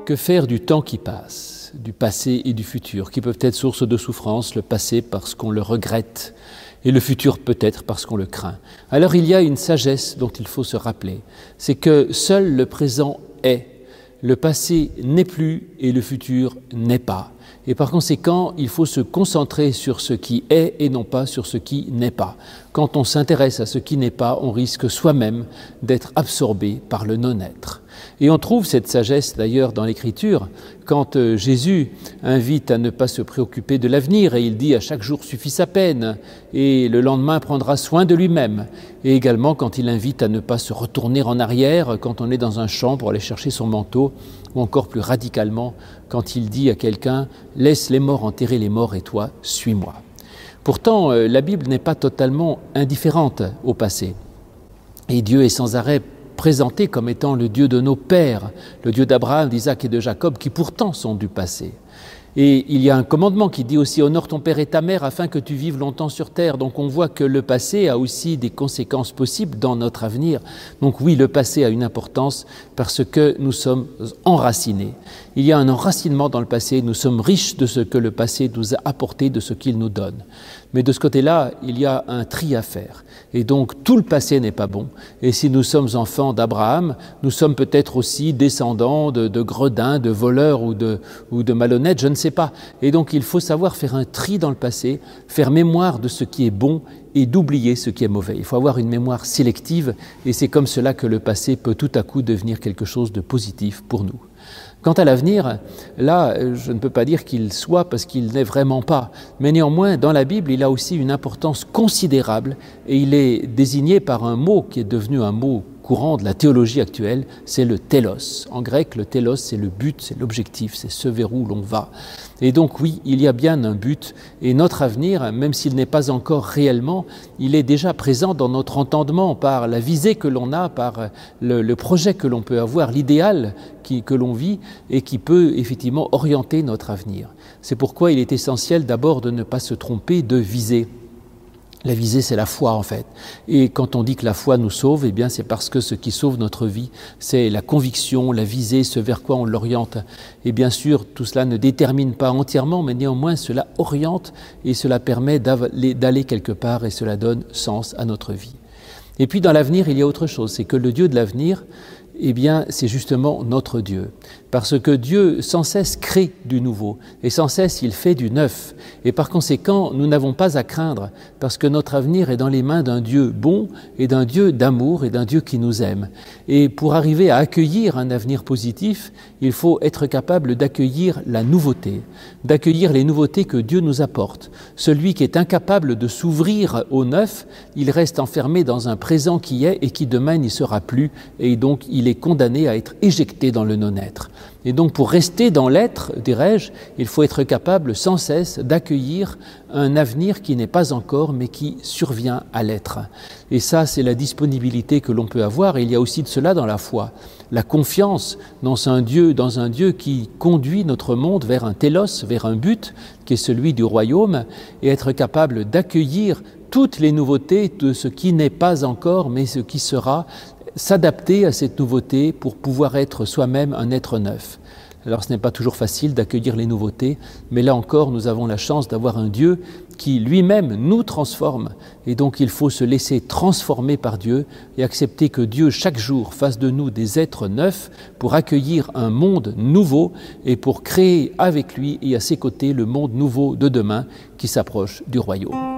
que faire du temps qui passe, du passé et du futur, qui peuvent être source de souffrance, le passé parce qu'on le regrette, et le futur peut-être parce qu'on le craint. Alors il y a une sagesse dont il faut se rappeler, c'est que seul le présent est, le passé n'est plus et le futur n'est pas. Et par conséquent, il faut se concentrer sur ce qui est et non pas sur ce qui n'est pas. Quand on s'intéresse à ce qui n'est pas, on risque soi-même d'être absorbé par le non-être. Et on trouve cette sagesse d'ailleurs dans l'Écriture, quand Jésus invite à ne pas se préoccuper de l'avenir, et il dit « à chaque jour suffit sa peine », et le lendemain prendra soin de lui-même. Et également quand il invite à ne pas se retourner en arrière quand on est dans un champ pour aller chercher son manteau, ou encore plus radicalement quand il dit à quelqu'un « laisse les morts enterrer les morts et toi, suis-moi ». Pourtant, la Bible n'est pas totalement indifférente au passé. Et Dieu est sans arrêt présenté comme étant le Dieu de nos pères, le Dieu d'Abraham, d'Isaac et de Jacob, qui pourtant sont du passé. Et il y a un commandement qui dit aussi « honore ton père et ta mère afin que tu vives longtemps sur terre ». Donc on voit que le passé a aussi des conséquences possibles dans notre avenir. Donc oui, le passé a une importance parce que nous sommes enracinés. Il y a un enracinement dans le passé, nous sommes riches de ce que le passé nous a apporté, de ce qu'il nous donne. Mais de ce côté-là, il y a un tri à faire. Et donc, tout le passé n'est pas bon. Et si nous sommes enfants d'Abraham, nous sommes peut-être aussi descendants de gredins, de voleurs ou de malhonnêtes, je ne sais pas. Et donc, il faut savoir faire un tri dans le passé, faire mémoire de ce qui est bon et d'oublier ce qui est mauvais. Il faut avoir une mémoire sélective et c'est comme cela que le passé peut tout à coup devenir quelque chose de positif pour nous. Quant à l'avenir, là, je ne peux pas dire qu'il soit parce qu'il n'est vraiment pas. Mais néanmoins, dans la Bible, il a aussi une importance considérable et il est désigné par un mot qui est devenu un mot courant de la théologie actuelle, c'est le télos. En grec, le télos, c'est le but, c'est l'objectif, c'est ce vers où l'on va. Et donc oui, il y a bien un but et notre avenir, même s'il n'est pas encore réellement, il est déjà présent dans notre entendement par la visée que l'on a, par le projet que l'on peut avoir, l'idéal que l'on vit et qui peut effectivement orienter notre avenir. C'est pourquoi il est essentiel d'abord de ne pas se tromper de visée. La visée, c'est la foi en fait. Et quand on dit que la foi nous sauve, eh bien c'est parce que ce qui sauve notre vie, c'est la conviction, la visée, ce vers quoi on l'oriente. Et bien sûr, tout cela ne détermine pas entièrement, mais néanmoins cela oriente et cela permet d'aller quelque part et cela donne sens à notre vie. Et puis dans l'avenir, il y a autre chose, c'est que le Dieu de l'avenir, eh bien, c'est justement notre Dieu. Parce que Dieu, sans cesse, crée du nouveau. Et sans cesse, il fait du neuf. Et par conséquent, nous n'avons pas à craindre, parce que notre avenir est dans les mains d'un Dieu bon et d'un Dieu d'amour et d'un Dieu qui nous aime. Et pour arriver à accueillir un avenir positif, il faut être capable d'accueillir la nouveauté, d'accueillir les nouveautés que Dieu nous apporte. Celui qui est incapable de s'ouvrir au neuf, il reste enfermé dans un présent qui est et qui demain n'y sera plus. Et donc, il est condamné à être éjecté dans le non-être. Et donc pour rester dans l'être, dirais-je, il faut être capable sans cesse d'accueillir un avenir qui n'est pas encore mais qui survient à l'être. Et ça, c'est la disponibilité que l'on peut avoir. Et il y a aussi de cela dans la foi. La confiance dans un Dieu qui conduit notre monde vers un télos, vers un but qui est celui du royaume, et être capable d'accueillir toutes les nouveautés de ce qui n'est pas encore mais ce qui sera, s'adapter à cette nouveauté pour pouvoir être soi-même un être neuf. Alors ce n'est pas toujours facile d'accueillir les nouveautés, mais là encore nous avons la chance d'avoir un Dieu qui lui-même nous transforme et donc il faut se laisser transformer par Dieu et accepter que Dieu chaque jour fasse de nous des êtres neufs pour accueillir un monde nouveau et pour créer avec lui et à ses côtés le monde nouveau de demain qui s'approche du royaume.